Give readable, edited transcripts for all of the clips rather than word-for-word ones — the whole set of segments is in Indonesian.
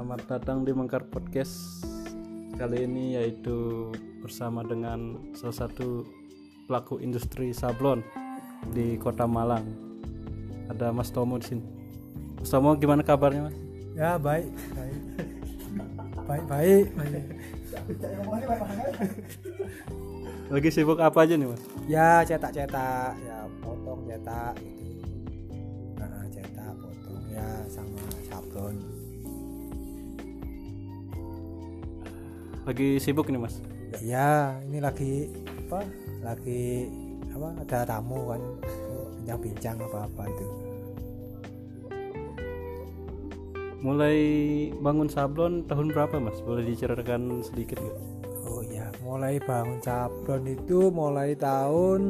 Selamat datang di Mengkar Podcast. Kali ini yaitu bersama dengan salah satu pelaku industri sablon di Kota Malang. Ada Mas Tomo di sini. Mas Tomo, gimana kabarnya, Mas? Ya, baik. Baik. Lagi sibuk apa aja nih, Mas? Ya, cetak, ya potong cetak gitu. Nah, cetak, potong ya sama sablon. Lagi sibuk nih, Mas? Ya, ini lagi ada tamu kan, bincang-bincang apa-apa itu. Mulai bangun sablon tahun berapa, Mas? Boleh diceritakan sedikit nggak? Oh iya, mulai bangun sablon itu mulai tahun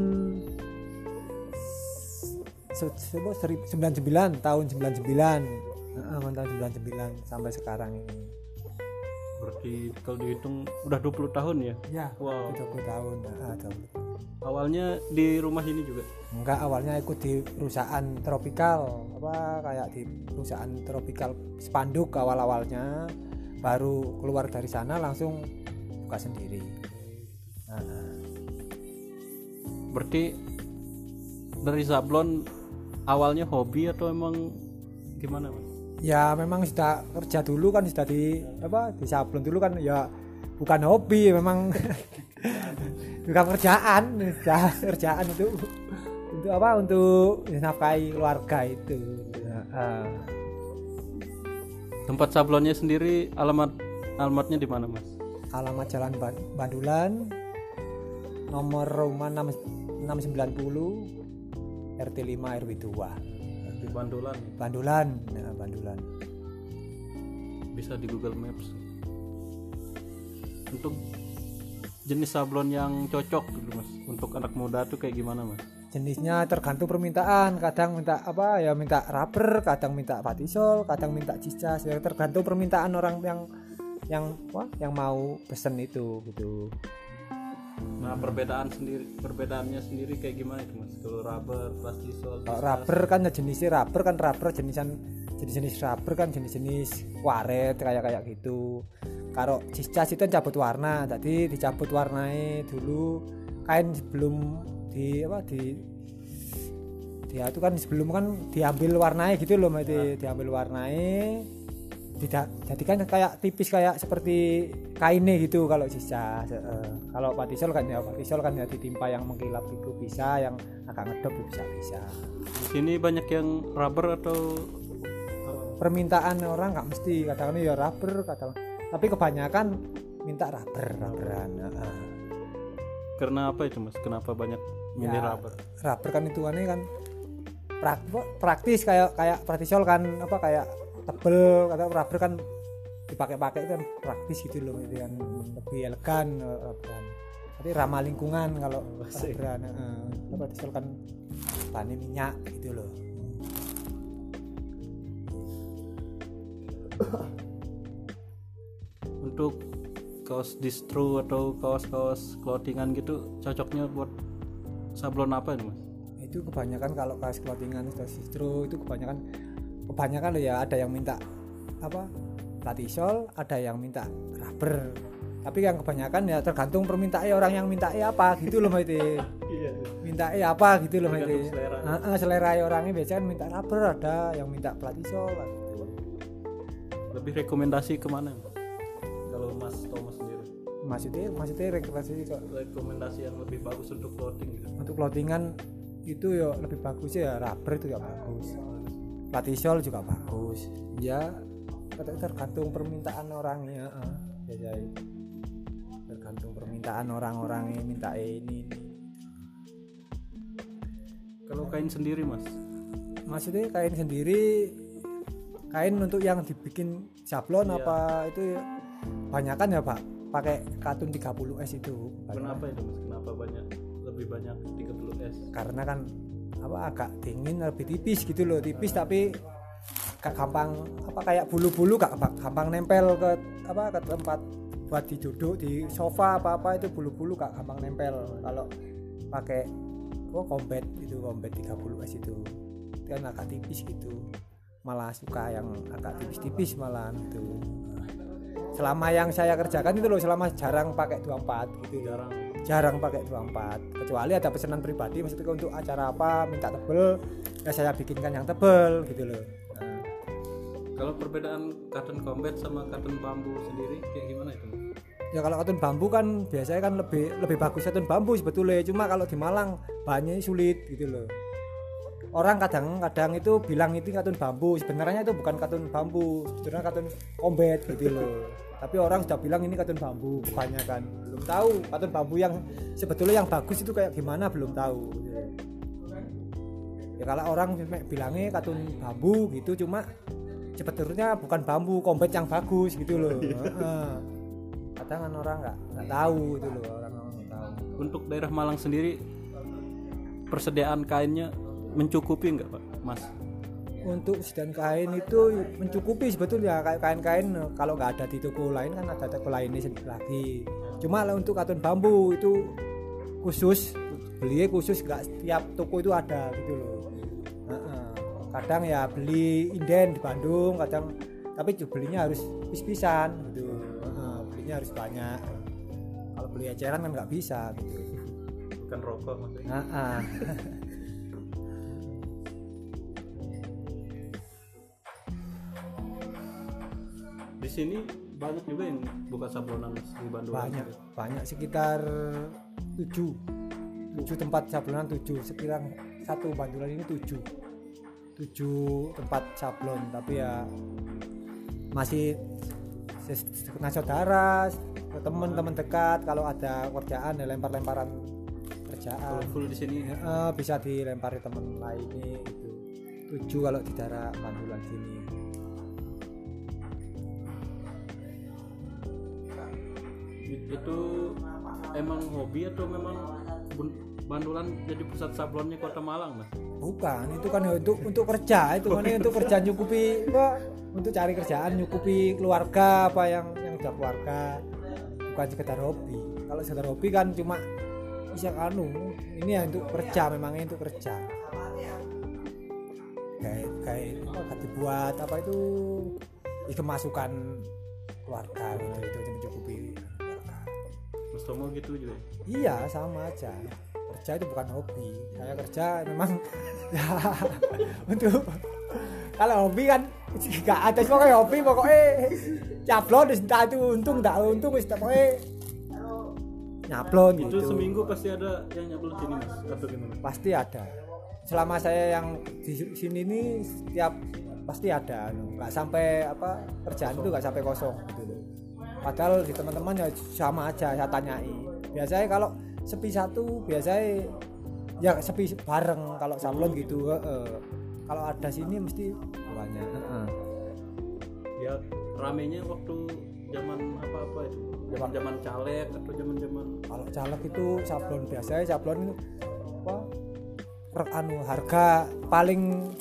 99, tahun 99. Tahun 99 sampai sekarang ini. Berarti kalau dihitung udah 20 tahun ya? Ya, Wow. 20 tahun. 20. Awalnya di rumah ini juga? Enggak, awalnya ikut di perusahaan tropikal, kayak di perusahaan tropikal spanduk awal-awalnya, baru keluar dari sana langsung buka sendiri. Berarti dari sablon awalnya hobi atau emang gimana, Mas? Ya memang sudah kerja dulu kan, sudah di sablon dulu kan, ya bukan hobi memang. Bukan kerjaan itu untuk nafkahi keluarga itu. Tempat sablonnya sendiri alamatnya di mana, Mas? Alamat Jalan Bandulan, nomor rumah 690, RT 5 RW 2. Di Bandulan. Bandulan. Bisa di Google Maps. Untuk jenis sablon yang cocok gitu, Mas, untuk anak muda tuh kayak gimana, Mas? Jenisnya tergantung permintaan, kadang minta minta rubber, kadang minta patisol, kadang minta cicas, ya tergantung permintaan orang yang mau pesen itu gitu. Nah, perbedaannya sendiri kayak gimana itu, Mas? Kalau rubber, plastisol, Rubber kan jenisnya rubber jenis rubber kan jenis waret kayak gitu. Kalau cicas itu cabut warna, tadi dicabut warnai dulu kain sebelum itu kan sebelum kan diambil warnai gitu loh, diambil warnai, jadikan kayak tipis kayak seperti kainnya gitu kalau cicas. Kalau patisol kan ya ditimpa yang mengkilap itu bisa, yang agak ngedop bisa. Di sini banyak yang rubber atau Permintaan orang nggak mesti, kadang-kadang ya rubber, tapi kebanyakan minta rubberan. Karena apa itu, Mas? Kenapa banyak milih rubber? Rubber kan hitungannya kan praktis kayak patisol kan kayak tebel, kata rubber kan dipakai kan praktis gitu loh, itu kan lebih elegan rubberan. Tapi ramah lingkungan kalau rubberan. Patisol kan bahannya minyak gitu loh. Untuk kaos distro atau kaos-kaos clothingan gitu cocoknya buat sablon apa itu, Mas? Itu kebanyakan kalau kaos clothingan distro itu kebanyakan ya ada yang minta patisol, ada yang minta rubber. Tapi yang kebanyakan ya tergantung permintaan orang yang minta apa gitu loh, itu. Minta apa gitu loh, itu. Selera orangnya biasanya minta rubber, ada yang minta patisol gitu. Lebih rekomendasi kemana, kalau Mas Thomas sendiri? Maksudnya rekomendasi yang lebih bagus untuk clothing gitu. Untuk clothingan itu ya lebih bagus ya rubber itu ya bagus. Patisol juga bagus. Ya tergantung permintaan orangnya. Tergantung permintaan orang-orangnya minta ini. Kalau kain sendiri, Mas? Maksudnya kain sendiri, kain untuk yang dibikin sablon apa itu banyakan ya Pak pakai katun 30S itu. Kenapa itu, Mas? Kenapa lebih banyak 30S? Karena kan agak dingin, lebih tipis gitu loh, tapi gak gampang kayak bulu-bulu gak gampang nempel ke tempat buat duduk di sofa apa itu, bulu-bulu gak gampang nempel. Kalau pakai combat 30S itu kan agak tipis gitu. malah suka yang agak tipis-tipis malah gitu. Selama yang saya kerjakan itu loh, selama jarang pakai 24 gitu, jarang pakai 24, kecuali ada pesanan pribadi maksudnya untuk acara apa minta tebel ya saya bikinkan yang tebel gitu loh. Nah, kalau perbedaan cotton combat sama cotton bambu sendiri kayak gimana itu? ya kalau cotton bambu kan biasanya kan lebih bagus cotton bambu sebetulnya, cuma kalau di Malang bahannya sulit gitu loh. Orang kadang itu bilang itu cotton bambu, sebenarnya itu bukan cotton bambu, sebenarnya cotton combat gitu loh. Tapi orang sudah bilang ini cotton bambu kebanyakan, belum tahu cotton bambu yang sebetulnya yang bagus itu kayak gimana belum tahu gitu. Ya kalau orang bilangnya cotton bambu gitu, cuma sebetulnya bukan bambu combat yang bagus gitu loh. Kadang kan orang nggak tahu itu loh, orang nggak tahu. Untuk daerah Malang sendiri persediaan kainnya mencukupi enggak Pak Mas? Untuk sedang kain itu mencukupi sebetulnya, kayak kain-kain kalau nggak ada di toko lain kan ada toko lainnya sendiri lagi. Cuma untuk cotton bambu itu khusus, beli khusus, nggak setiap toko itu ada gitu loh. Kadang ya beli inden di Bandung, kadang tapi belinya harus pis-pisan gitu. Belinya harus banyak. Kalau beli eceran kan nggak bisa gitu. Bukan rokok maksudnya. Di sini banyak juga yang buka sablonan di Bandung. Banyak sekitar 7 tempat sablonan, 7 sekitar satu Bandulan ini 7 tempat sablon, tapi ya masih kenal saudara, teman-teman dekat, kalau ada kerjaan ya lempar-lemparan kerjaan. Kalau full di sini bisa dilempari teman lainnya gitu. 7 kalau di daerah Bandulan sini. Itu emang hobi atau memang Bandulan jadi pusat sablonnya Kota Malang Mas? Bukan, itu kan untuk kerja, itu kan untuk kerja nyukupi untuk cari kerjaan, nyukupi keluarga apa yang udah keluarga, bukan sekedar hobi. Kalau sekedar hobi kan cuma bisa ini ya untuk kerja, memangnya untuk kerja. Kayak apa dibuat apa itu masukan keluarga gitu, itu mencukupi keluarga. Mas Tomo gitu juga? Iya, sama aja. Kerja itu bukan hobi. Saya kerja memang ya untuk, kalau hobi kan gak ada pokoknya hobi, pokoknya nyablon entah itu untung pokoknya nyablon itu gitu. Seminggu pasti ada yang nyablon sini Mas atau gimana? Pasti ada. Selama saya yang di sini ini setiap pasti ada, nggak sampai kerjaan kosong. Itu nggak sampai kosong gitu. Padahal di teman-teman ya sama aja, saya tanyai. Biasanya kalau sepi satu, biasanya ya sepi bareng kalau sablon gitu. Kalau ada sini mesti banyak. Ya ramenya waktu zaman apa itu? Zaman caleg atau zaman kalau caleg itu sablon biasanya sablon harga paling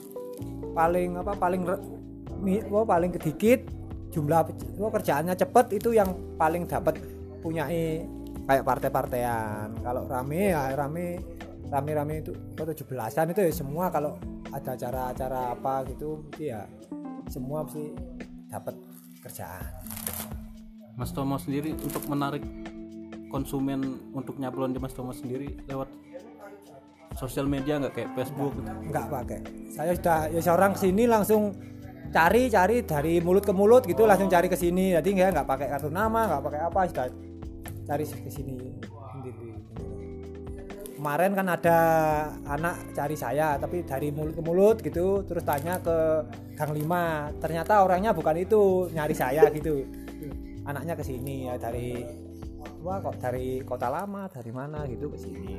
sedikit, jumlah kerjaannya cepet, itu yang paling dapat punyai kayak partai-partaian. Kalau rame itu 17-an itu ya semua, kalau ada acara apa gitu ya semua pasti dapat kerjaan. Mas Tomo sendiri untuk menarik konsumen untuk nyablon di Mas Tomo sendiri lewat sosial media nggak kayak Facebook? Nggak pakai. Saya sudah ya seorang kesini langsung cari dari mulut ke mulut gitu, langsung cari ke sini. Jadi nggak pakai kartu nama, nggak pakai apa, sudah cari ke sini sendiri. Kemarin kan ada anak cari saya, tapi dari mulut ke mulut gitu, terus tanya ke Gang 5. Ternyata orangnya bukan itu, nyari saya gitu. Anaknya ke sini ya dari Kota Lama, dari mana gitu ke sini.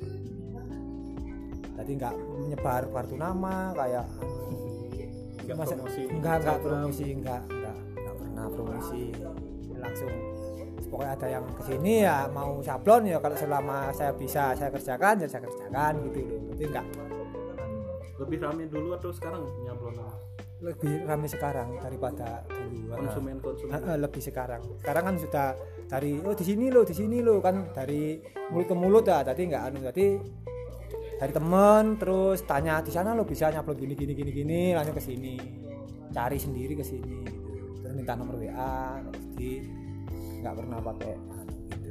Jadi nggak menyebar kartu nama kayak nggak promosi, nggak pernah promosi, langsung pokoknya ada yang kesini ya mau sablon ya, kalau selama saya bisa saya kerjakan ya saya kerjakan gitu loh. Jadi nggak. Lebih ramai dulu atau sekarang nyablon? Lebih ramai sekarang daripada dulu. Konsumen lebih sekarang kan sudah dari di sini loh kan, dari mulut ke mulut ya. Tadi nggak jadi dari teman terus tanya di sana lo bisa nyablon gini langsung ke sini. cari sendiri ke sini gitu. Terus minta nomor WA, jadi nggak pernah pakai gitu.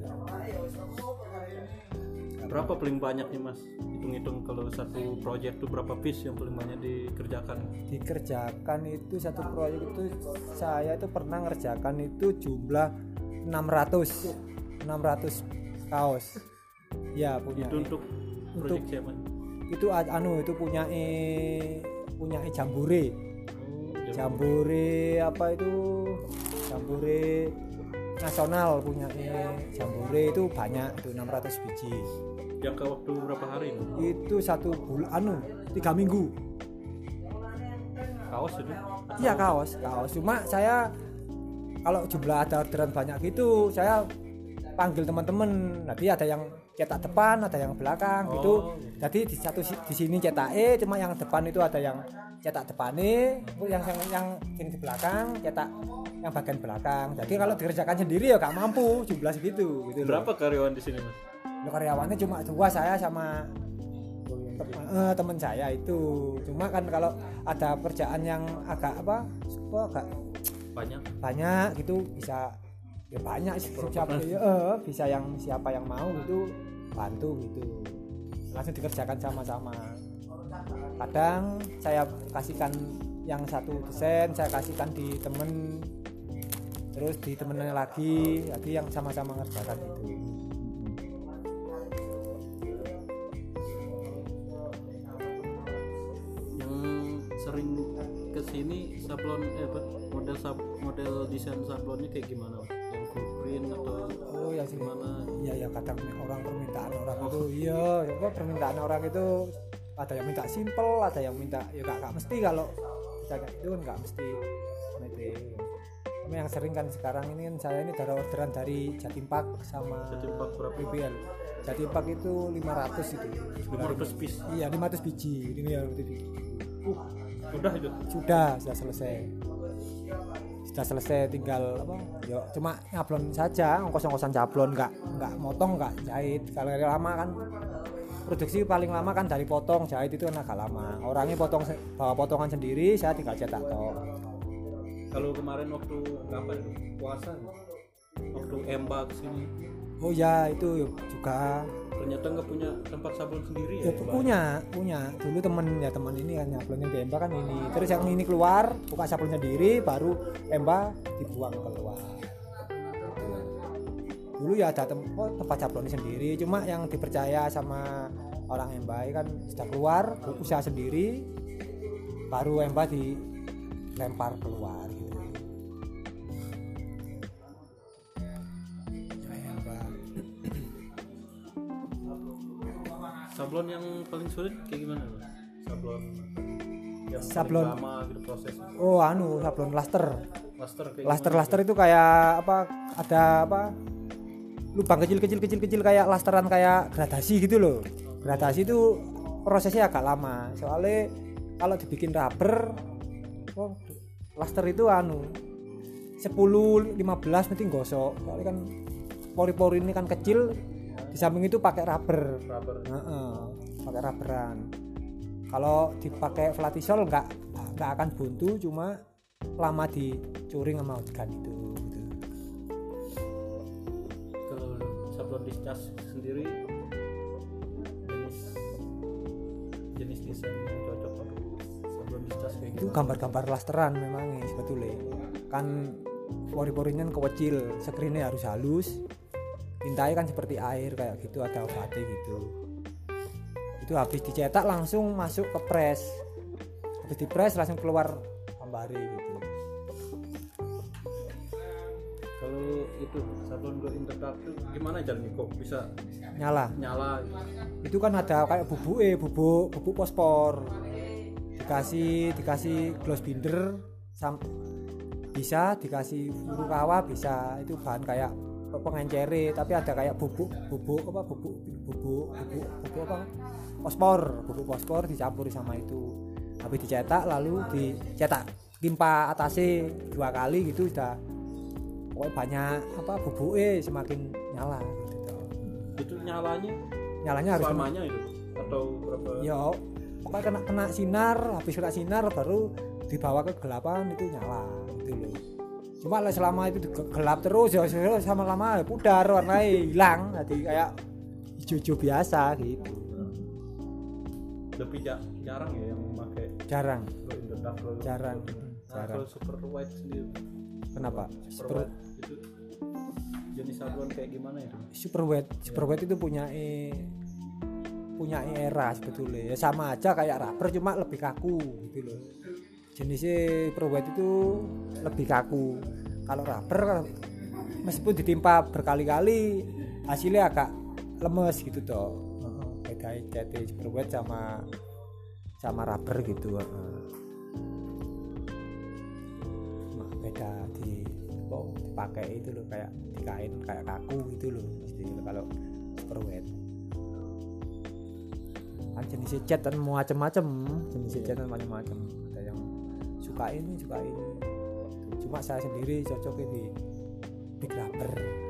Berapa paling banyak nih Mas? Hitung-hitung kalau satu proyek itu berapa piece yang paling banyak dikerjakan? Dikerjakan itu satu proyek itu saya itu pernah ngerjakan itu jumlah 600 kaos. Ya punya. Itu untuk proyek siapa? Itu itu punya Jambore. Jambore apa itu? Jambore nasional punya Jambore itu banyak itu 600 biji. Jangka waktu berapa hari itu? Itu 1 bulan 3 minggu. Kaos itu? Iya kaos. Cuma saya kalau jumlah ada orderan banyak gitu, saya panggil teman-teman. Nanti ada yang cetak depan, ada yang belakang gitu. Jadi di sini cetak cuma yang depan itu ada yang cetak depannya, yang di belakang cetak yang bagian belakang. Jadi kalau dikerjakan sendiri ya gak mampu jumlah segitu gitu. Berapa karyawan di sini Mas? Karyawannya cuma 2, saya sama teman saya itu. Cuma kan kalau ada kerjaan yang agak agak banyak gitu bisa ya banyak bisa yang siapa yang mau gitu bantu gitu, langsung dikerjakan sama-sama. Kadang saya kasihkan yang satu desain saya kasihkan di temen, terus di temennya lagi, jadi yang sama-sama ngerjakan itu. Sering kesini sablon model desain sablonnya kayak gimana? Yang full print atau ya sih gimana? Ya kadang permintaan orang itu permintaan orang itu ada yang minta simple, ada yang minta ya gak mesti, kalau misalkan itu kan gak mesti Cuma yang sering kan sekarang ini kan saya ini dari orderan dari Jatim Park sama Jatim Park berapa? BBL. Jatim Park itu 500 itu. 500 piece. Iya 500 biji. Ini ya biji. Udah itu? Sudah selesai, tinggal ya cuma nyablon saja, ongkos-ongkosan cablon, nggak motong, nggak jahit. Kalau lama kan produksi paling lama kan dari potong, jahit itu kan agak lama. Orangnya bawa potongan sendiri, saya tinggal cetak toh. Kalau kemarin waktu kapan itu? Puasa waktu Emba kesini. Oh ya itu juga. Ternyata nggak punya tempat sablon sendiri ya? Punya. Dulu temen ini kan nyablonnya di Emba kan ini. Terus yang ini keluar, buka sablon sendiri, baru Emba dibuang keluar. Dulu ya ada tempat sablonnya sendiri, cuma yang dipercaya sama orang Emba kan sudah keluar, usaha sendiri, baru Emba dilempar keluar gitu. Sablon yang paling sulit kayak gimana? Sablon lama gitu prosesnya. Sablon laster Laster itu kayak ada lubang kecil kayak lasteran, kayak gradasi gitu loh. Gradasi itu prosesnya agak lama. Soalnya kalau dibikin rubber laster itu 10-15 nanti gosok. Soalnya kan pori-pori ini kan kecil. Di samping itu pakai rubber. Pakai rubberan. Kalau dipakai flatisol nggak akan buntu, cuma lama dicuring sama ojkan itu. Kalau sablon discas sendiri jenis desain yang cocok untuk sablon discas kayak itu gambar-gambar lasteran memang sebetulnya. Kan pori-porinya kecil, screennya harus halus. Tintanya kan seperti air kayak gitu, ada obatnya gitu. Itu habis dicetak langsung masuk ke press. Habis di press langsung keluar gambare gitu. Kalau itu sablon glow in the dark itu gimana jalannya kok bisa nyala gitu? Itu kan ada kayak bubuk fosfor. Dikasih gloss binder, bisa dikasih furukawa, bisa. Itu bahan kayak pengencere, tapi ada kayak bubuk fosfor dicampur sama itu. Habis dicetak lalu dicetak timpa atasnya 2 kali gitu, udah banyak bubuknya semakin nyala gitu. Itu nyalanya harus selamanya itu atau berapa? Ya pokoknya kena sinar, habis kena sinar baru dibawa ke kegelapan itu nyala gitu loh. Cuma selama itu gelap terus ya sama lama pudar warnanya hilang, jadi kayak hijau-hijau biasa gitu. Lebih jarang ya yang memakai Jarang. glow in the dark Jarang. Kalau super white sendiri Kenapa? super white itu jenis sablon kayak gimana itu? Super white itu punya era sebetulnya ya, sama aja kayak rubber cuma lebih kaku gitu loh. Jenisnya super white itu lebih kaku. Kalau rubber meskipun ditimpa berkali-kali hasilnya agak lemes gitu toh. Beda jadi super white sama rubber gitu. Beda dipakai itu loh, kayak di kain kayak kaku gitu loh mesti kalau super white. Kan jenisnya cat kan macam-macam, ada yang suka ini. Cuma saya sendiri cocoknya di big rubber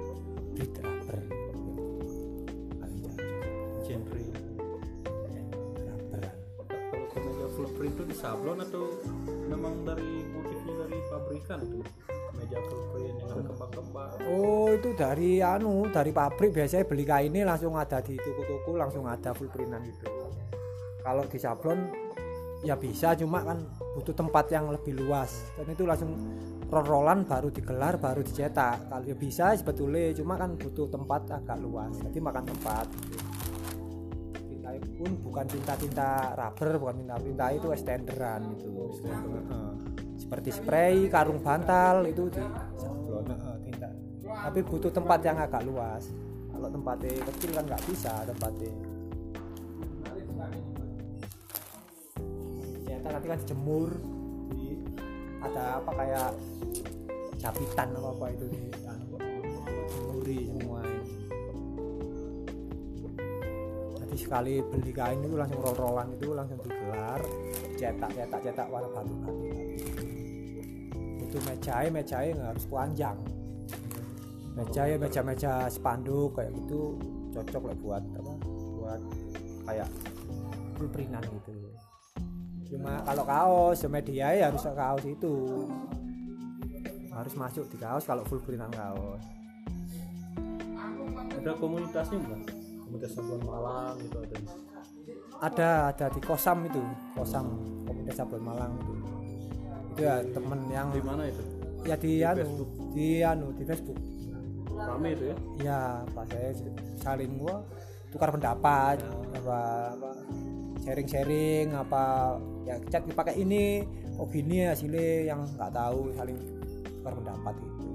paling cocok Genre rubber. kalau kemeja full print itu di sablon atau memang dari motifnya dari pabrikan itu kemeja full print yang ada kembang-kembang? Oh itu dari pabrik, biasanya beli kainnya langsung ada di toko-toko, langsung ada full printan gitu. Kalau di sablon ya bisa, cuma kan butuh tempat yang lebih luas, dan itu langsung roll-rollan baru digelar baru dicetak. Kalau ya bisa sebetulnya, cuma kan butuh tempat agak luas, jadi makan tempat gitu. Tinta pun bukan tinta rubber, bukan tinta itu extenderan itu. Seperti spray, karung bantal itu di sablon tinta. Tapi butuh tempat yang agak luas. Kalau tempatnya kecil kan nggak bisa tempatnya. Nanti kan dijemur, ada apa kayak capitan apa itu dijemuri semua. Jadi sekali beli kain itu langsung roll-rollan itu langsung digelar, cetak warna batu. Itu mejanya nggak harus panjang. Meja spanduk kayak gitu cocok lah buat kayak full printan gitu. Cuma kalau kaos media ya harus kaos itu harus masuk di kaos kalau full printan kaos. Ada komunitasnya bukan? Komunitas sablon Malang gitu ada di Kosam komunitas sablon Malang itu ya temen yang di mana itu? Ya di Facebook Rame itu ya? Ya pas saya saling tukar pendapat apa sharing apa ya, cat dipakai ini gini hasilnya, yang nggak tahu saling tukar pendapat gitu.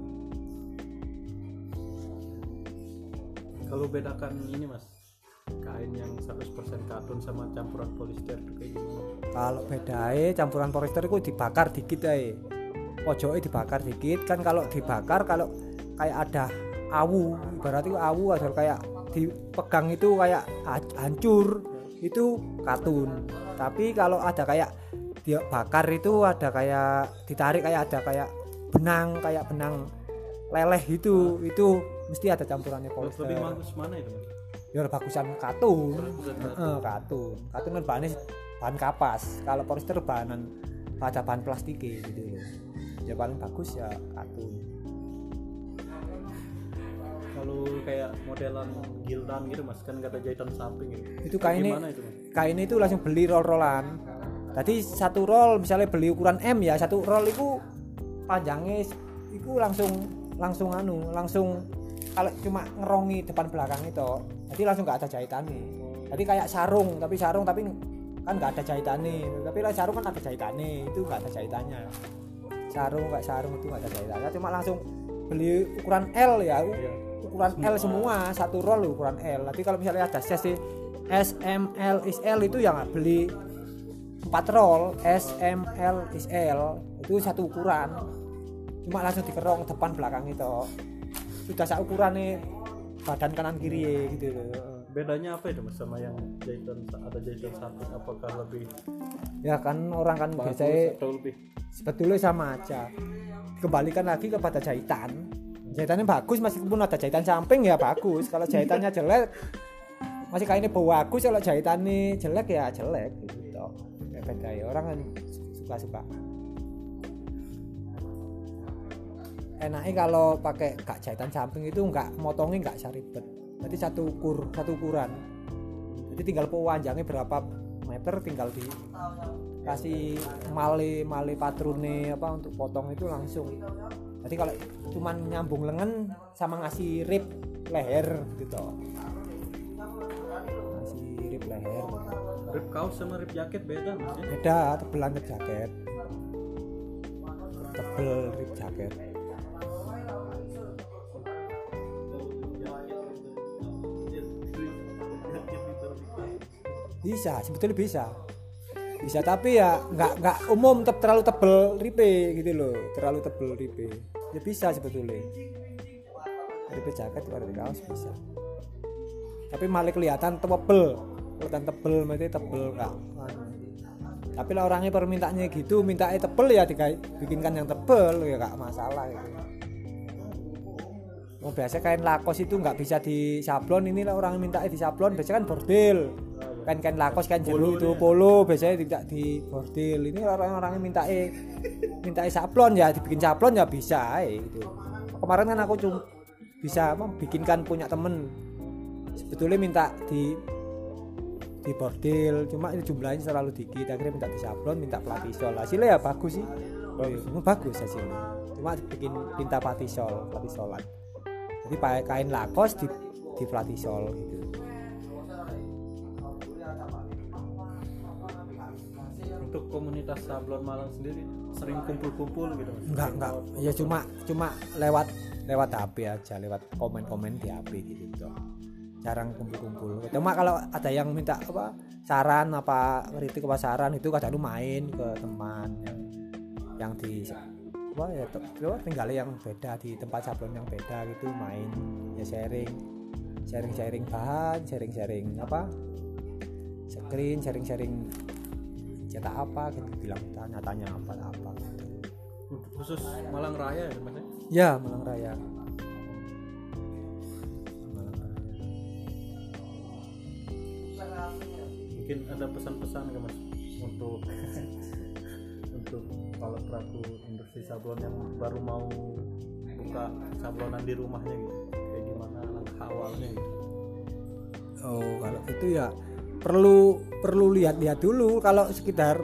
Kalau bedakan ini mas, kain yang 100% katun sama campuran polyester itu kayak gimana? Kalau bedanya campuran polyester itu dibakar dikit aja, pojoknya dibakar dikit kan. Kalau dibakar, kalau kayak ada awu, berarti awu ada kayak dipegang itu kayak hancur, itu katun. Tapi kalau ada kayak dia bakar itu ada kayak ditarik kayak ada kayak benang leleh gitu, itu mesti ada campurannya polyester. Lebih bagus mana itu mas? Ya bagusan katun. Katun kan bahan kapas. Kalau polyester ada bahan plastik gitu. Ya paling bagus ya katun. Kalau kayak modelan gildan gitu mas, kan gak ada jahitan samping gitu. Itu kainnya itu langsung beli roll-rollan. Tadi satu roll misalnya beli ukuran M ya, satu roll itu panjangnya itu langsung kalau cuma ngerongi depan belakang itu, jadi langsung nggak ada jahitannya. Jadi kayak sarung tapi kan nggak ada jahitannya. Tapi lah sarung kan ada jahitannya, itu nggak ada jahitannya. Sarung itu nggak ada jahitannya, cuma langsung beli ukuran L ya. Ukuran L semua, satu roll ukuran L. Tapi kalau misalnya ada size S, M, L, XL itu yang beli 4 roll S, M, L, XL itu satu ukuran. Cuma langsung dikerong depan belakang itu. Sudah sak ukurannya badan kanan kiri gitu loh. Bedanya apa itu mas sama yang jahitan samping? Apakah lebih? Ya kan orang kan biasanya atau lebih? Sebetulnya sama aja. Kembalikan lagi kepada jahitan. Jahitannya bagus meskipun ada jahitan samping ya bagus. Kalau jahitannya jelek masih kainnya bagus, kalau jahitannya jelek ya jelek gitu. Ya beda ya, orang kan suka. Enaknya kalau pakai gak jahitan samping itu nggak motongnya nggak ribet. Jadi satu ukuran. Jadi tinggal panjangnya berapa meter tinggal dikasih male patrone apa untuk potong itu langsung. Jadi kalau cuman nyambung lengan sama ngasih rib leher gitu. Ngasih rib leher. Rib kaos sama rib jaket beda Mas ya? Beda, tebelan rib jaket. Tebel rib jaket. Bisa, sebetulnya bisa tapi ya nggak umum terlalu tebel ripe gitu loh, terlalu tebel ripe ya bisa sebetulnya ripe jaket ripe kaos bisa, tapi malah kelihatan tebel berarti tebel nggak. Tapi lah orangnya permintaannya gitu, mintanya tebel ya bikinkan yang tebel ya nggak masalah gitu. Oh, biasa kain lakos itu nggak bisa disablon, inilah orang minta disablon biasanya kan bordil. Kain lakos kain jeruk itu polo biasanya tidak di bordil. Ini orang-orang yang minta sablon ya dibikin sablon ya bisa gitu. Kemarin kan aku cuma bisa bikinkan punya temen sebetulnya minta di bordil, cuma itu jumlahnya terlalu dikit, akhirnya minta di sablon, minta platisol. Hasilnya ya bagus sih. Bagus hasilnya. Cuma bikin minta platisolan. Jadi pakai kain lakos di platisol gitu. Untuk komunitas sablon Malang sendiri sering kumpul-kumpul gitu Mas? Enggak. Ya cuma lewat HP aja, lewat komen-komen di HP gitu. Jarang kumpul-kumpul. Cuma kalau ada yang minta apa saran apa kritik apa saran itu kadang lu main ke teman yang di ya tinggal yang beda di tempat sablon yang beda gitu, main ya sharing bahan, sharing apa screen, sharing cetak apa gitu, bilang tanya apa gitu. Khusus Malang Raya ya Mas? Ya Malang Raya. Mungkin ada pesan-pesan ke Mas untuk kalau pelaku industri sablon yang baru mau buka sablonan di rumahnya gitu, kayak gimana langkah awalnya gitu? Oh kalau itu ya perlu lihat dulu. Kalau sekitar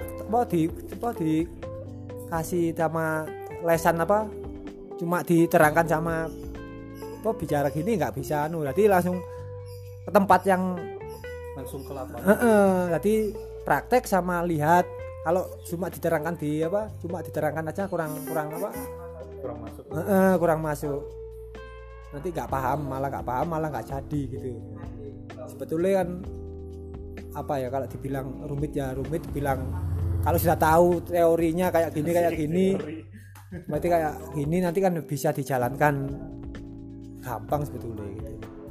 dikasih sama lesan apa cuma diterangkan sama bicara gini nggak bisa jadi langsung ke tempat yang langsung ke lapangan. Jadi praktek sama lihat. Kalau cuma diterangkan cuma diterangkan aja kurang masuk. Kurang masuk. Nanti nggak paham malah nggak jadi gitu. Sebetulnya kan kalau dibilang rumit dibilang kalau sudah tahu teorinya kayak gini berarti kayak gini nanti kan bisa dijalankan gampang sebetulnya gitu.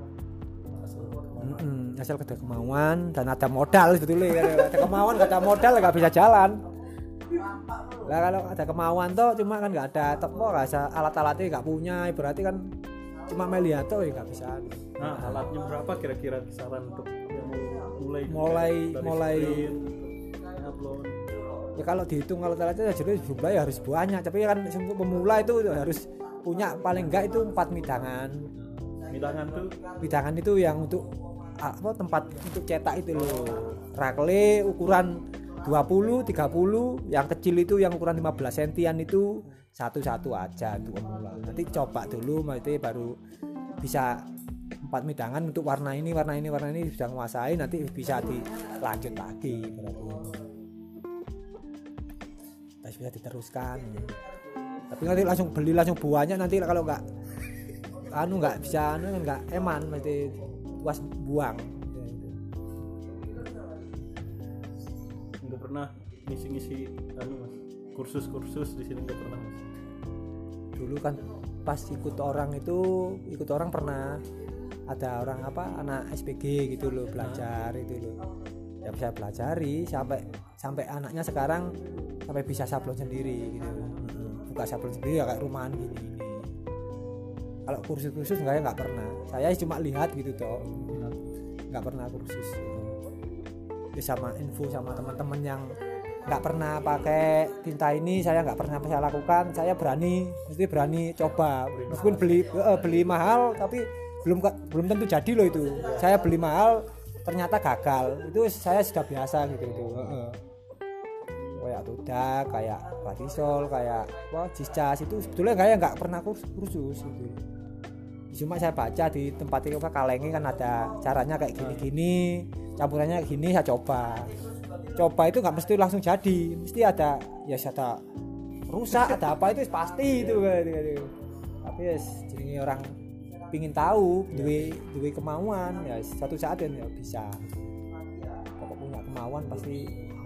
Asal ada kemauan dan ada modal sebetulnya. Ada kemauan nggak ada modal nggak bisa jalan. Lah kalau ada kemauan toh cuma kan nggak ada alat-alatnya nggak punya, berarti kan cuma melihat toh ya nggak bisa. Nah alatnya berapa kira-kira saran untuk yang mulai sablon? Ya kalau dihitung kalau alatnya jadi jumlahnya harus banyak, tapi kan untuk pemula itu harus punya paling enggak itu 4 midangan. Midangan itu yang untuk tempat untuk cetak itu loh. Rakle ukuran 20, 30, yang kecil itu yang ukuran 15 sentian itu satu-satu aja untuk pemula. Nanti coba dulu nanti baru bisa 4 midangan untuk warna ini sudah menguasai, nanti bisa dilanjut lagi berarti bisa diteruskan. Tapi nanti langsung beli langsung buahnya, nanti kalau nggak bisa nggak eman mesti puas buang. Nggak pernah ngisi Mas kursus di sini, nggak pernah Mas? Dulu kan pas ikut orang pernah ada orang anak SPG gitu loh, belajar itu loh ya, bisa pelajari sampai anaknya sekarang sampai bisa sablon sendiri gitu, buka sablon sendiri ya kayak rumahan gini. Kalau kursus nggak pernah, saya cuma lihat gitu toh, nggak pernah kursus. Sama info sama teman-teman yang nggak pernah pakai tinta ini, saya nggak pernah saya lakukan, saya mesti berani coba meskipun beli mahal tapi belum tentu jadi loh itu. Saya beli mahal ternyata gagal, itu saya sudah biasa gitu itu. Kayak tudak, kayak batisol, kayak ciscas itu sebetulnya saya nggak pernah kursus gitu. Cuma saya baca di tempat itu Kalenge kan ada caranya kayak gini-gini, campurannya kayak gini, saya coba itu nggak mesti langsung jadi, mesti ada rusak, ada apa itu pasti itu gitu. Tapi jadi orang pingin tahu, duwe kemauan ya satu saat ya bisa. Kalau punya kemauan pasti.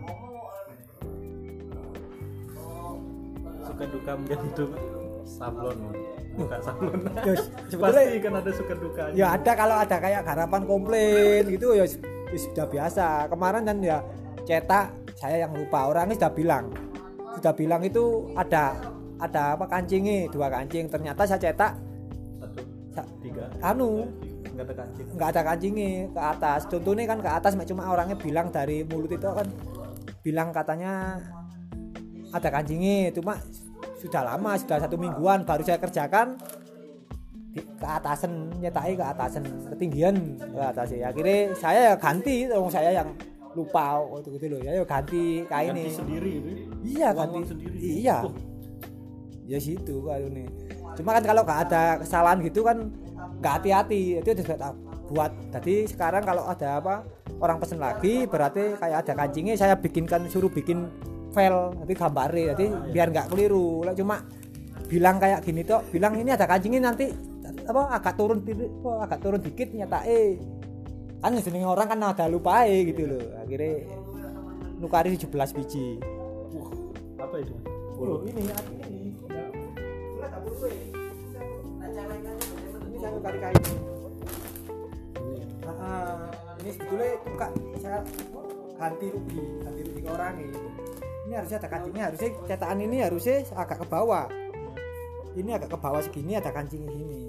Suka duka menjadi itu sablon, buka sablon. Pasti kan ada suka dukanya. Ya ada, kalau ada kayak garapan komplain gitu ya sudah biasa. Kemarin kan ya cetak, saya yang lupa, orangnya sudah bilang itu ada apa kancingnya 2 kancing, ternyata saya cetak 1, 3 nggak ada kancingnya ke atas. Contohnya kan ke atas cuma orangnya bilang dari mulut itu kan bilang katanya ada kancingnya, cuma sudah lama, sudah 1 mingguan baru saya kerjakan ke atasan, nyetai ke atasan ketinggian ke atas ya. Akhirnya saya ganti, saya yang lupa gitu loh ya, ganti kainnya. Ganti sendiri itu. Iya, ganti sendiri. Iya. Ya situ kalau nih. Cuma kan kalau nggak ada kesalahan gitu kan nggak hati-hati, itu udah buat. Jadi sekarang kalau ada apa orang pesen lagi berarti kayak ada kancingnya, saya suruh bikin file, nanti gambarnya, jadi biar nggak keliru. Cuma bilang kayak gini tuh, bilang ini ada kancingnya nanti apa agak turun dikit nyatai. Kan jenenge orang kan ada lupae gitu loh. Akhirnya nukari 17 biji. Apa itu? Ini. Ini saya nukari kain. Ini sebetulnya Kak, saya ganti rugi ke orang ini. Ini harusnya ada kancingnya, harusnya cetakan ini harusnya agak ke bawah. Ini agak ke bawah segini, ada kancingnya gini.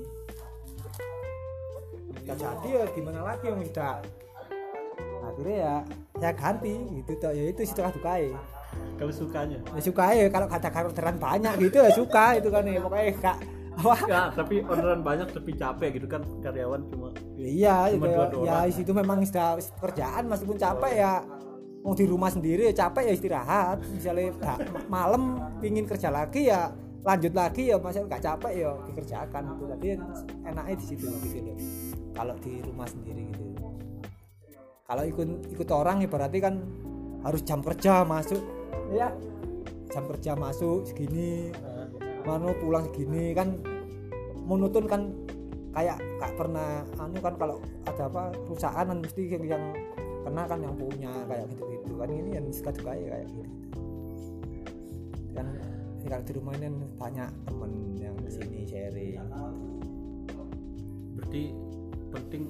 Jadi ya gimana lagi yang sudah, akhirnya ya saya ganti gitu toh, ya itu suka dukai. Kalau sukanya Ya suka ya, kalau ada orderan banyak gitu ya suka itu kan ya, pokoknya enggak ya, tapi orderan banyak tapi capek gitu kan, karyawan cuma iya cuma itu ya itu memang sudah pekerjaan, meskipun capek ya mau di rumah sendiri ya capek ya istirahat. Misalnya malam pingin kerja lagi ya lanjut lagi ya, masa nggak capek ya dikerjakan gitu. Tapi enaknya di situ gitu loh kalau di rumah sendiri gitu. Kalau ikut orang ya berarti kan harus jam kerja masuk ya, jam kerja masuk segini, mana pulang segini, kan monoton kan, kayak gak pernah kan. Kalau ada apa perusahaan kan mesti yang kena kan yang punya kayak gitu kan. Ini yang suka juga ya kayak gitu kan. Kalau di rumah ini banyak temen yang kesini sharing. Berarti penting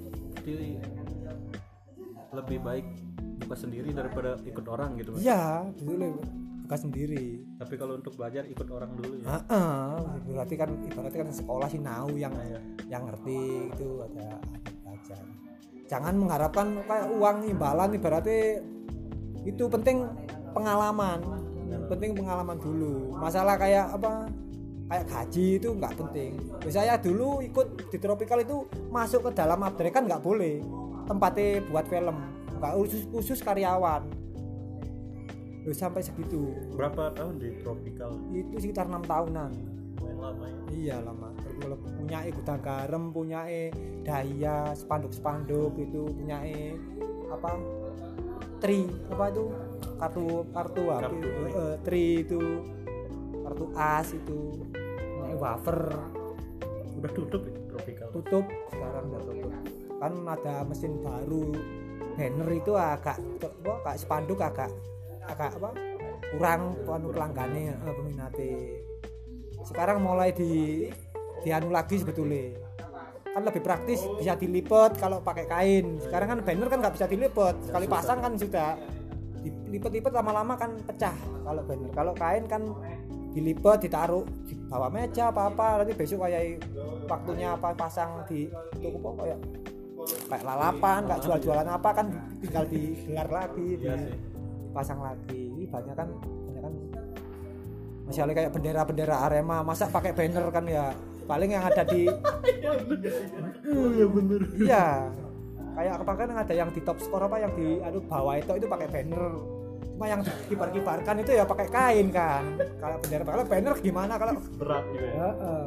lebih baik buka sendiri daripada ikut orang gitu Mas? Iya, dulu buka sendiri. Tapi kalau untuk belajar ikut orang dulu ya. Berarti kan ibaratnya kan sekolah sih nahu yang ngerti itu ada belajar. Jangan mengharapkan kayak uang imbalan, ibaratnya itu penting pengalaman. Penting pengalaman dulu. Masalah kayak apa? Kayak gaji itu nggak penting. Saya dulu ikut di Tropical itu masuk ke dalam abdre kan nggak boleh. Tempatnya buat film, nggak khusus karyawan. Loh, sampai segitu. Berapa tahun di Tropical? Itu sekitar 6 tahunan. Lumayan lama ya. Iya lama. Punya gudang garam, punya daya, spanduk itu, punya apa? Tri apa itu? Kartu apa itu? Tri itu. Kartu as itu. Wafer udah tutup ya Tropical? Tutup, sekarang udah tutup. Kan ada mesin baru, banner itu agak spanduk agak apa kurang pelanggannya, peminatnya. Sekarang mulai dianu lagi sebetulnya, kan lebih praktis, bisa dilipat kalau pakai kain. Sekarang kan banner kan nggak bisa dilipat, sekali pasang kan sudah dilipat lama-lama kan pecah kalau banner. Kalau kain kan dilipat, ditaruh di bawah meja apa nanti besok kayak waktunya apa pasang di toko kayak lalapan, nggak jual-jualan apa kan tinggal digelar lagi, pasang lagi. Ini banyak kan misalnya kayak bendera Arema, masa pakai banner kan ya paling yang ada di ya bener. Iya. Kayak kemarin ada yang di top skor apa yang di bawah itu pakai banner. Cuma yang dikibar-kibarkan itu ya pakai kain kan. Kalau bendera, kalau banner gimana kalau berat juga ya.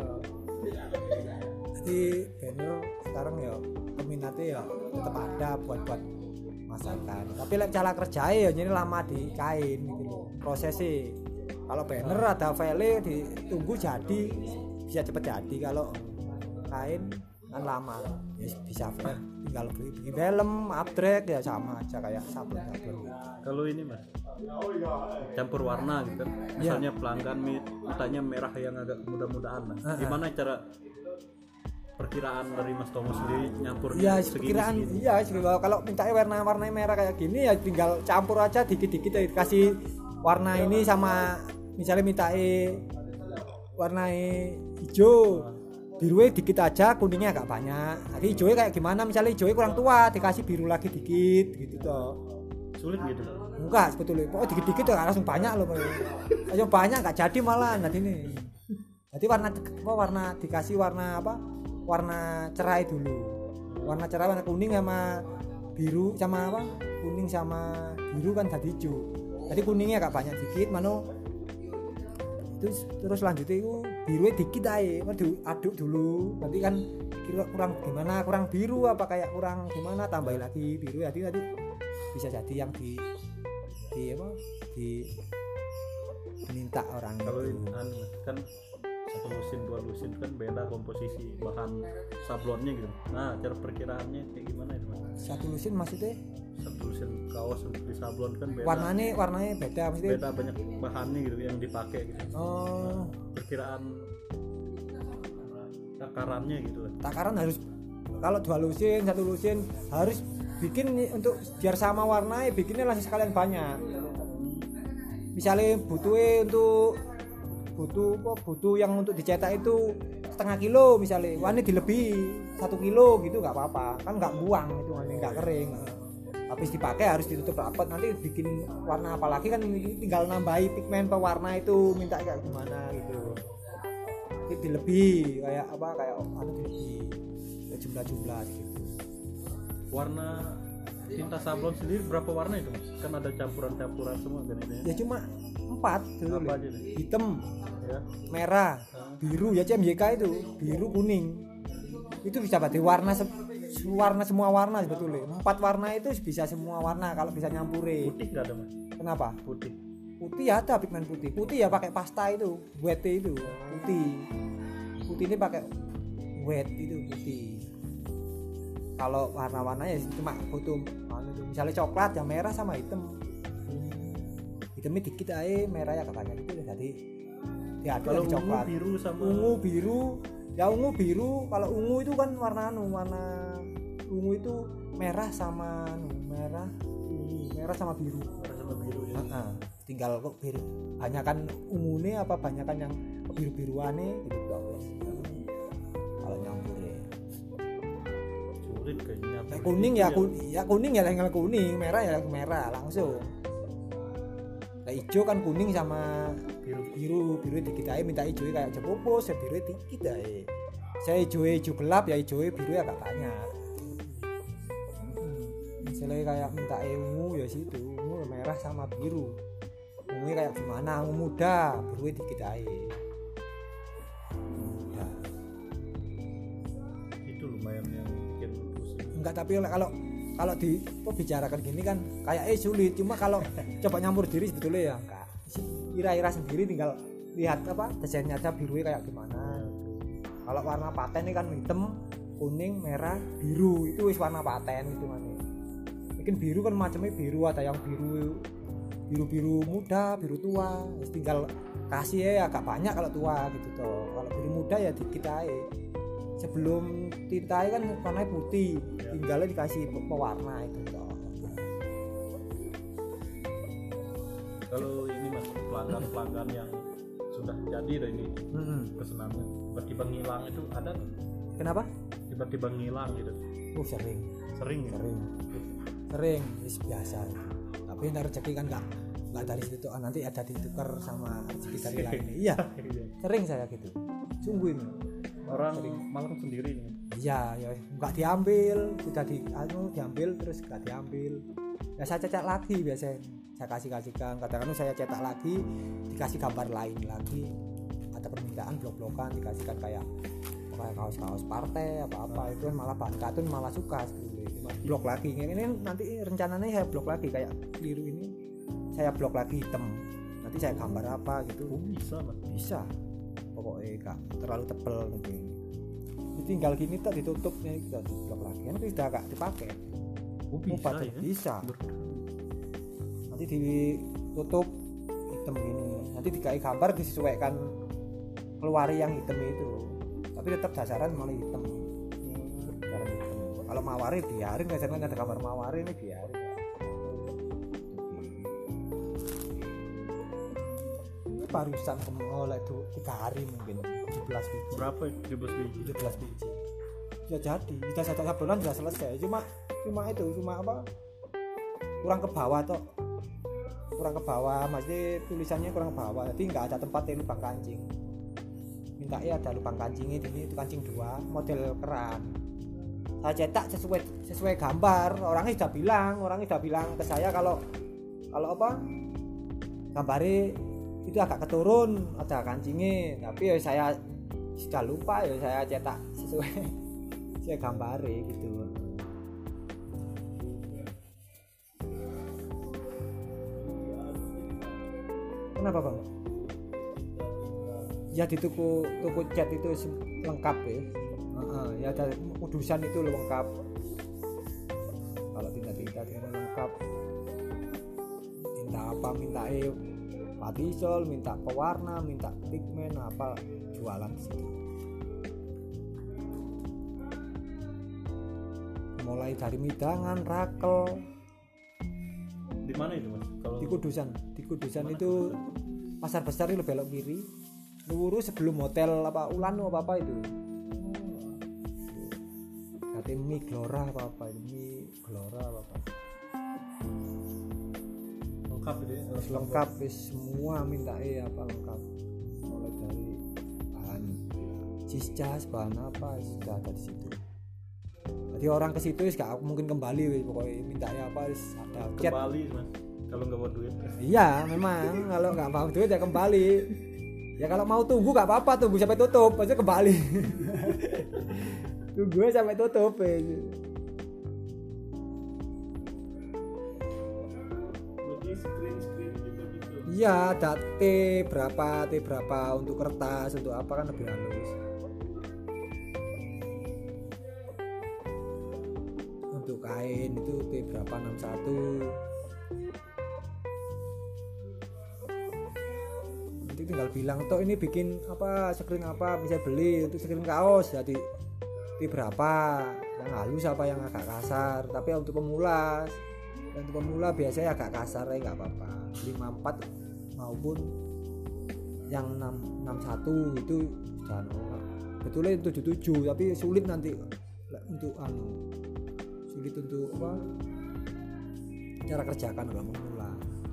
Jadi banner sekarang ya peminatnya ya tetap ada buat masakan. Tapi cara kerjanya ya jadi lama di kain gitu loh. Prosesnya kalau banner ada file ditunggu jadi bisa cepet jadi. Kalau kain kan lama ya bisa tinggal beli film upgrade ya sama aja kayak sablon. Kalau ini mas campur warna gitu kan, misalnya pelanggan mintanya merah yang agak muda-mudaan lah. Gimana cara perkiraan dari Mas Tomo sendiri nyampurnya? Ya perkiraan iya kalau mintanya warna merah kayak gini ya tinggal campur aja dikit-dikit ya, kasih warna ini sama misalnya mintanya warna hijau, birunya dikit aja, kuningnya agak banyak. Nanti hijaunya kayak gimana, misalnya hijaunya kurang tua dikasih biru lagi dikit gitu toh. Sulit gitu? Enggak sebetulnya, pokoknya dikit-dikit tuh langsung banyak loh. Langsung banyak nggak jadi malah nanti ini. Jadi warna dikasih warna apa? Warna cerai dulu. Warna cerai warna kuning sama biru sama apa? Kuning sama biru kan tadi hijau. Jadi kuningnya agak banyak dikit, terus lanjutnya itu birunya dikit aja, diaduk dulu. Nanti kan kira kurang gimana, kurang biru apa kayak kurang gimana, tambahin lagi biru. Jadi bisa jadi yang diminta orang. Kalau kan satu lusin dua lusin kan beda komposisi bahan sablonnya gitu. Nah cara perkiraannya kayak gimana itu mas? Satu lusin maksudnya? Satu lusin kaos untuk di sablon kan beda. Warnanya beda maksudnya? Beda banyak bahannya gitu yang dipakai gitu. Oh. Perkiraan takarannya gitu lah. Takaran harus kalau satu lusin harus bikin untuk biar sama warnanya, bikinnya langsung sekalian banyak. Misalnya butuh yang untuk dicetak itu setengah kilo misalnya, warnanya dilebih 1 kilo gitu nggak apa-apa, kan nggak buang itu warnanya nggak kering. Habis dipakai harus ditutup rapat, nanti bikin warna apalagi kan tinggal nambahi pigmen pewarna itu minta kayak gimana gitu. Ini dilebih kayak dilebih jumlah gitu. Warna tinta sablon sendiri berapa warna itu mas? Kan ada campuran semua kan ini ya cuma 4 dulu. Apa aja nih? Hitam ya? Merah biru ya CMYK itu biru kuning itu bisa berarti warna semua warna sebetulnya 4 warna itu bisa semua warna kalau bisa nyampuri. Putih nggak ada mas? Kenapa? Putih ya ada pigmen putih ya pakai pasta itu wet itu putih ini pakai wet itu putih. Kalau warna-warnanya cuma butuh misalnya coklat ya merah sama hitamnya dikit aja, merah ya katanya gitu jadi ya ada kalau coklat. Ungu biru sama ungu biru kalau ungu itu kan warna ungu itu merah sama biru ya. Tinggal kok biru banyak kan ungu nih apa banyak kan yang biru-biruan nih gitu kalau nyampurnya sulit kayaknya. Kuning ya kuning ya tinggal kuning, merah ya merah langsung. Nah hijau kan kuning sama biru dikit aja, minta hijau kayak cepopos ya biru dikit aja. Saya hijau gelap ya hijau biru agak banyak. Misalnya kayak minta ungu ya situ ungu merah sama biru. Ungu kayak gimana, ungu muda biru dikit aja. Itu lumayan yang bikin pusing. Enggak, tapi kalau dibicarakan gini kan kayak sulit, cuma kalau coba nyampur diri sebetulnya ya enggak. Ira-ira sendiri tinggal lihat desainnya aja birunya kayak gimana. Kalau warna paten ini kan hitam, kuning, merah, biru itu wis warna paten itu kan. Mungkin biru kan macamnya biru, ada yang biru muda, biru tua. Tinggal kasih agak banyak kalau tua gitu toh. Kalau biru muda ya dikit aja. Sebelum tinta kan warnanya putih, tinggalnya dikasih pewarna itu toh. Kalau ini mas pelanggan yang sudah jadi dah ini pesenannya tiba-tiba ngilang itu ada kan? Kenapa? Tiba-tiba ngilang gitu. Sering ya? wis biasa nggak benar rezeki kan nggak dari situ nanti ada ditukar sama rezeki dari lain. Iya, sering saya gitu, sungguh ini orang Malang sendiri nih. Iya, ya nggak diambil, sudah diambil terus nggak diambil. Ya saya cetak lagi biasanya, saya kasihkan. Kadang-kadang saya cetak lagi, dikasih gambar lain lagi. Ada permintaan blok-blokan dikasihkan kayak kaos-kaos partai apa-apa itu malah bahan katun malah suka sebetulnya. Blok lagi, ini nanti rencananya saya blok lagi kayak biru ini, saya blok lagi hitam. Nanti saya gambar apa gitu. Oh, bisa Mas. Bisa. Pokoknya gak terlalu tebel nanti. Tinggal gini tak ditutup nih, kita tutup lagi kan sudah gak dipakai. Oh, bisa ya? Bisa. Nanti ditutup hitam gini, nanti dikai gambar disesuaikan keluar yang hitam itu, tapi tetap dasaran malah hitam. Kalau mawari biarin, biasanya ada gambar mawari ini biarin. Ini barusan oleh itu 3 hari mungkin 17 biji. Berapa 17 biji? 17 biji. Ya jadi, kita satu bulan sudah selesai. Cuma apa? Kurang ke bawah toh. Kurang ke bawah, maksudnya tulisannya kurang ke bawah. Jadi nggak ada tempat yang lubang kancing. Minta ya ada lubang kancingnya ini itu kancing 2 model keran. Saya cetak sesuai gambar. Orangnya sudah bilang ke saya kalau apa? Gambarnya itu agak keturun, ada kancingnya. Tapi ya saya sudah lupa ya saya cetak sesuai saya gambari gitu. Kenapa Bang? Ya di tuku cat itu lengkap ya. Ya ada kudusan itu lengkap. Kalau tinta ini lengkap. Minta apa? Minta patisol, minta pewarna, minta pigmen apa jualan di situ. Mulai dari midangan, rakel. Di mana itu Mas? Kalau Di Kudusan itu pasar besar itu belok kiri. Lurus sebelum hotel apa Ulanu apa itu. Kate mie Glora apa ini Glora apa. lengkap itu ya? Lengkap semua minta apa lengkap. Mulai dari bahan ciscas, bahan apa sudah ada di situ. Jadi orang ke situ gak mungkin kembali wis pokoknya mintanya apa wis ada kembali Mas kalau nggak mau duit. Iya memang kalau nggak mau duit ya kembali. Ya kalau mau tunggu gak apa-apa, tunggu sampai tutup aja kembali. Tunggu sampai tutup ya. Screen gitu. Iya ada T berapa untuk kertas untuk apa kan lebih halus. Untuk kain itu T berapa 61. Nanti tinggal bilang toh ini bikin apa screen apa bisa beli untuk screen kaos jadi T berapa yang halus apa yang agak kasar. Tapi untuk pemula biasanya agak kasar ya nggak apa-apa 54 maupun yang 61 itu jangan betulnya 77 tapi sulit nanti untuk sulit untuk apa cara kerjakan kalau pemula.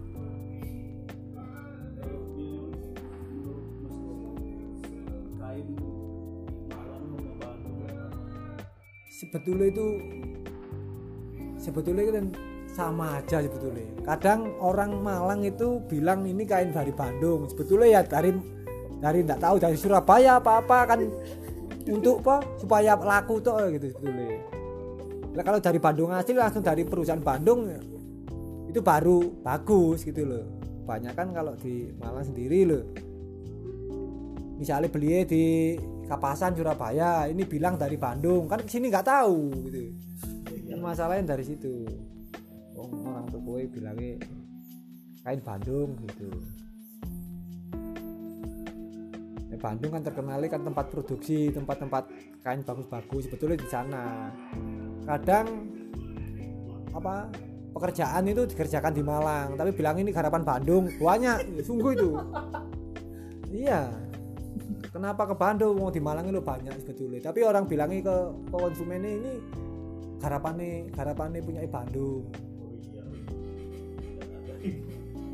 Sebetulnya itu kan sama aja sebetulnya. Kadang orang Malang itu bilang ini kain dari Bandung. Sebetulnya ya dari enggak tahu dari Surabaya apa kan untuk apa supaya laku tuh gitu sebetulnya. Nah, kalau dari Bandung asli langsung dari perusahaan Bandung itu baru bagus gitu loh. Banyak kan kalau di Malang sendiri loh. Misalnya beli di Kapasan Surabaya, ini bilang dari Bandung kan kesini nggak tahu gitu. Kan masalahnya dari situ. Orang tuh bilangnya kain Bandung gitu. Bandung kan terkenal kan tempat produksi, tempat-tempat kain bagus-bagus sebetulnya di sana. Kadang apa pekerjaan itu dikerjakan di Malang, tapi bilang ini garapan Bandung banyak, sungguh itu. Iya. Kenapa ke Bandung? Mau di Malang itu banyak sebetulnya. Tapi orang bilangnya ke konsumennya ini garapannya punya Bandung.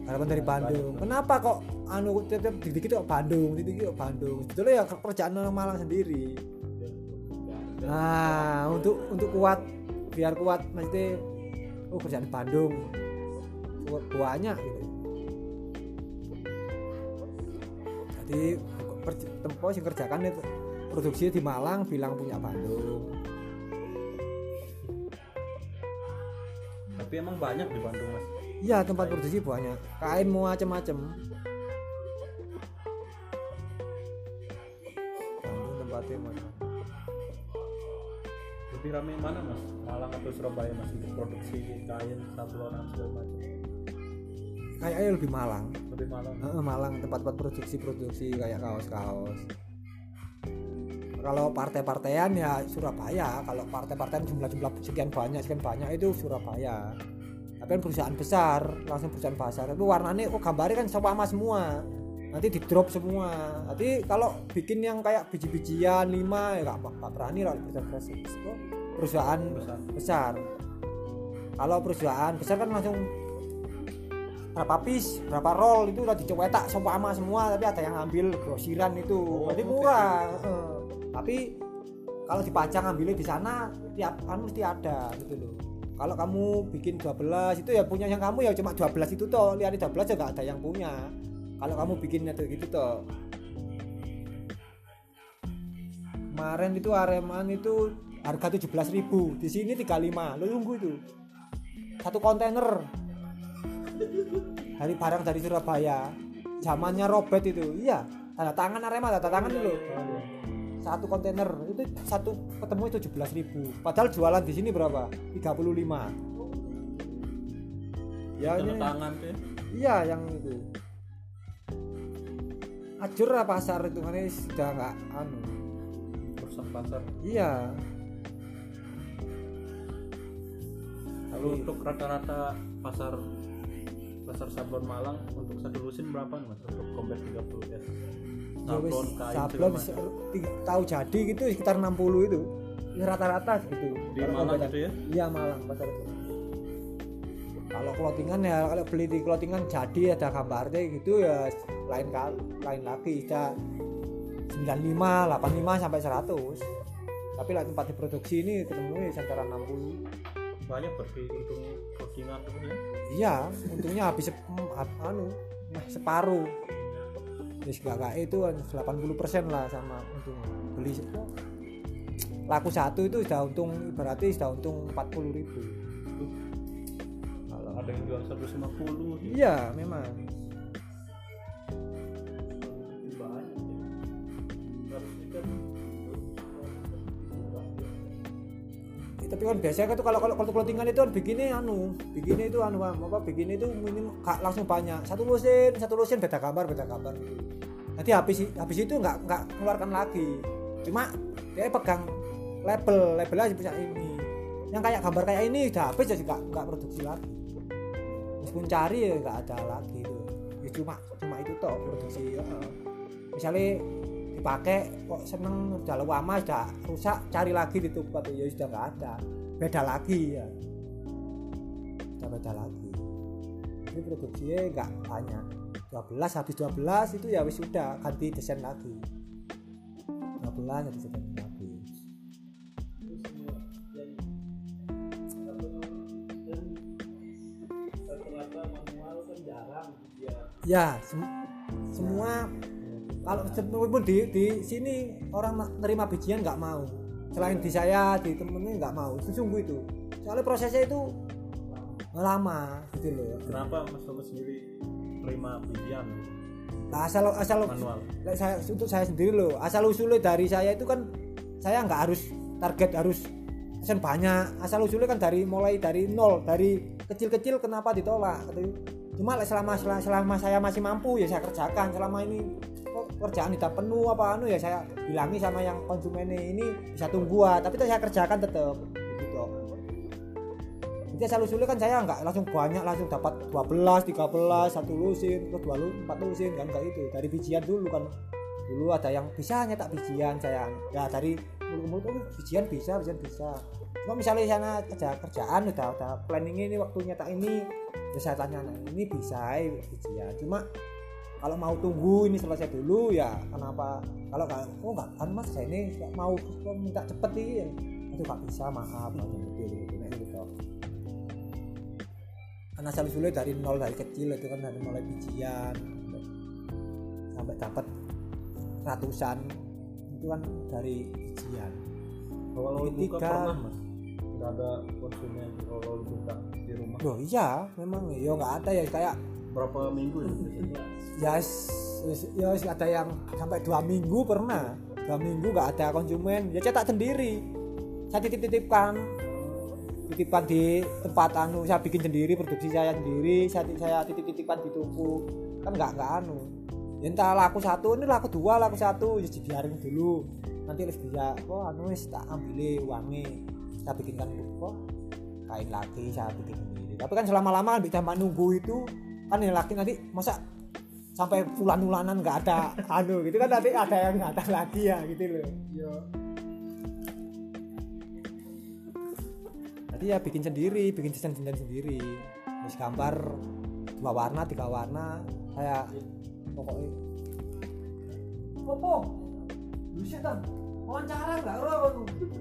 harapan dari Bandung. Kenapa kok tiap dikit-dikit kok Bandung, dikit-dikit kok Bandung. Sebetulnya ya kerjaan orang Malang sendiri. Nah, untuk kuat, biar kuat mesti kerjaan di Bandung banyak gitu. Jadi tempo sing kerjakan itu produksi di Malang bilang punya Bandung. Tapi emang banyak di Bandung Mas. Iya, tempat produksi banyak. Kain mau macam-macam. Bandung tempatnya mana? Lebih ramai mana Mas? Malang atau Surabaya Mas untuk produksi kain, sablonan segala macam? Kayaknya lebih Malang. Lebih Malang. Malang tempat-tempat produksi kayak kaos-kaos. Kalau partai-partaian ya Surabaya. Kalau partai-partaian jumlah sekian banyak itu Surabaya. Tapi kan perusahaan besar, langsung perusahaan besar. Tapi warnanya gambarnya kan sama semua. Nanti di drop semua. Nanti kalau bikin yang kayak biji-bijian 5 ya nggak berani lah perusahaan besar. Kalau perusahaan besar kan langsung berapa piece, berapa roll itu udah dicetak sama semua, tapi ada yang ngambil grosiran itu. Berarti murah. Tapi kalau dipajang ngambilnya di sana tiap mesti ada gitu loh. Kalau kamu bikin 12 itu ya punya yang kamu ya cuma 12 itu toh, lihat 12 ya nggak ada yang punya. Kalau kamu bikinnya tuh gitu toh. Kemarin itu Areman itu harga 17.000, di sini 35. Lo tunggu itu. Satu kontainer dari barang dari Surabaya. Zamannya Robert itu. Iya, tanda tangan Arema, tanda tangan itu. Satu kontainer itu satu ketemu itu 17.000. Padahal jualan di sini berapa? 35. Ya ini tangan tuh. Iya, yang itu. Ajur lah pasar itu kan sudah enggak rusak pasar. Iya. Lalu untuk rata-rata pasar sablon Malang untuk satu lusin berapa Mas untuk Combat 30S? Sablon tahu jadi gitu sekitar 60 itu rata-rata gitu di Malang gitu ya? Iya, Malang pasar itu. Kalau clothingan ya, kalau beli di clothingan jadi ada gambarnya gitu ya lain lagi bisa 95, 85 sampai 100. Tapi lah tempat diproduksi ini ketemu antara 60. Banyak berarti untung clothingan tuh ya? Iya, untungnya habis separuh. Terus kakak itu 80% lah sama untung beli laku satu itu sudah untung, berarti sudah untung 40.000. Kalau ada yang jual 150 iya memang tapi kan biasanya kan tuh kalau clothingan itu kan bikinnya itu minim langsung banyak satu lusin beda gambar gitu. Nanti habis itu nggak keluarkan lagi, cuma dia pegang labelnya punya ini yang kayak gambar kayak ini udah habis jadi nggak produksi lagi, meskipun cari ya nggak ada lagi itu ya cuma itu toh produksi misalnya dipakai kok seneng udah lama sudah rusak cari lagi di tempat ya sudah nggak ada, beda lagi ya sudah beda lagi. Ini produksinya nggak banyak, 12 habis 12 itu ya wis sudah ganti desain lagi, 12 habis desain lagi. Ya semua kalau pun di sini orang nerima bijian nggak mau, selain di saya di temennya nggak mau, sungguh itu soalnya prosesnya itu lama gitu loh. Kenapa Mas Thomas sendiri terima bijian? Nah, asal manual. Untuk saya sendiri loh, asal usulnya dari saya itu kan saya nggak harus target harus pesen banyak, asal usulnya kan mulai dari nol, dari kecil-kecil kenapa ditolak gitu. Cuma selama saya masih mampu ya saya kerjakan. Selama ini kerjaan tidak penuh ya saya bilangi sama yang konsumennya ini bisa tunggu tapi saya kerjakan tetap gitu. Jadi asal usulnya kan saya nggak langsung banyak, langsung dapat 12, 13, 1 lusin, terus 4 lusin kan, enggak itu. Dari bijian dulu kan. Dulu ada yang bisa nyetak bijian saya. Ya dari mulut bijian bisa. Cuma misalnya di sana kerjaan udah planning ini waktu nyetak ini Ya saya tanya, nah ini bisa bijian, cuma kalau mau tunggu ini selesai dulu ya kenapa, kalau nggak kan mas saya ini mau minta cepet nih ya. Itu nggak bisa, maaf gitu. Karena asal usulnya dari nol, dari kecil itu kan, dari mulai bijian sampai dapat ratusan itu kan dari bijian. Kalau buka pernah mas nggak ada konsumen kalau buka di rumah? Loh iya memang ya nggak ada ya, kayak berapa minggu ya? Ya ada yang sampai 2 minggu pernah, 2 minggu nggak ada konsumen, ya cetak sendiri, saya titipkan di tempat saya bikin sendiri, produksi saya sendiri, saya titipkan di toko kan, nggak ya entah laku 1 ini laku 2 laku 1 ya dibiarin dulu, nanti harus bisa tak ambil uangnya, saya bikinkan kain lagi saya bikin sendiri. Tapi kan selama-lama di zaman nunggu itu kan yang laki nanti masa sampai bulan-bulanan nggak ada gitu kan, nanti ada yang datang lagi ya gitu loh. Yo. Jadi ya bikin desain sendiri. Terus gambar 2 warna 3 warna saya pokoknya. Popo, bisa kan? Wawancara nggak ro?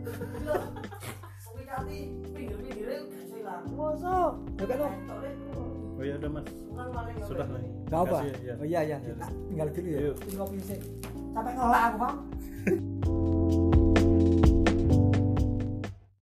Sekali pinggir-pinggirnya saya hilang. Masa? Ya kan? Oh iya udah mas, sudah lah. Gak apa? Ya. Oh iya. Tinggal dulu ya. Tinggal ngopi sih. Sampai ngelak aku bang.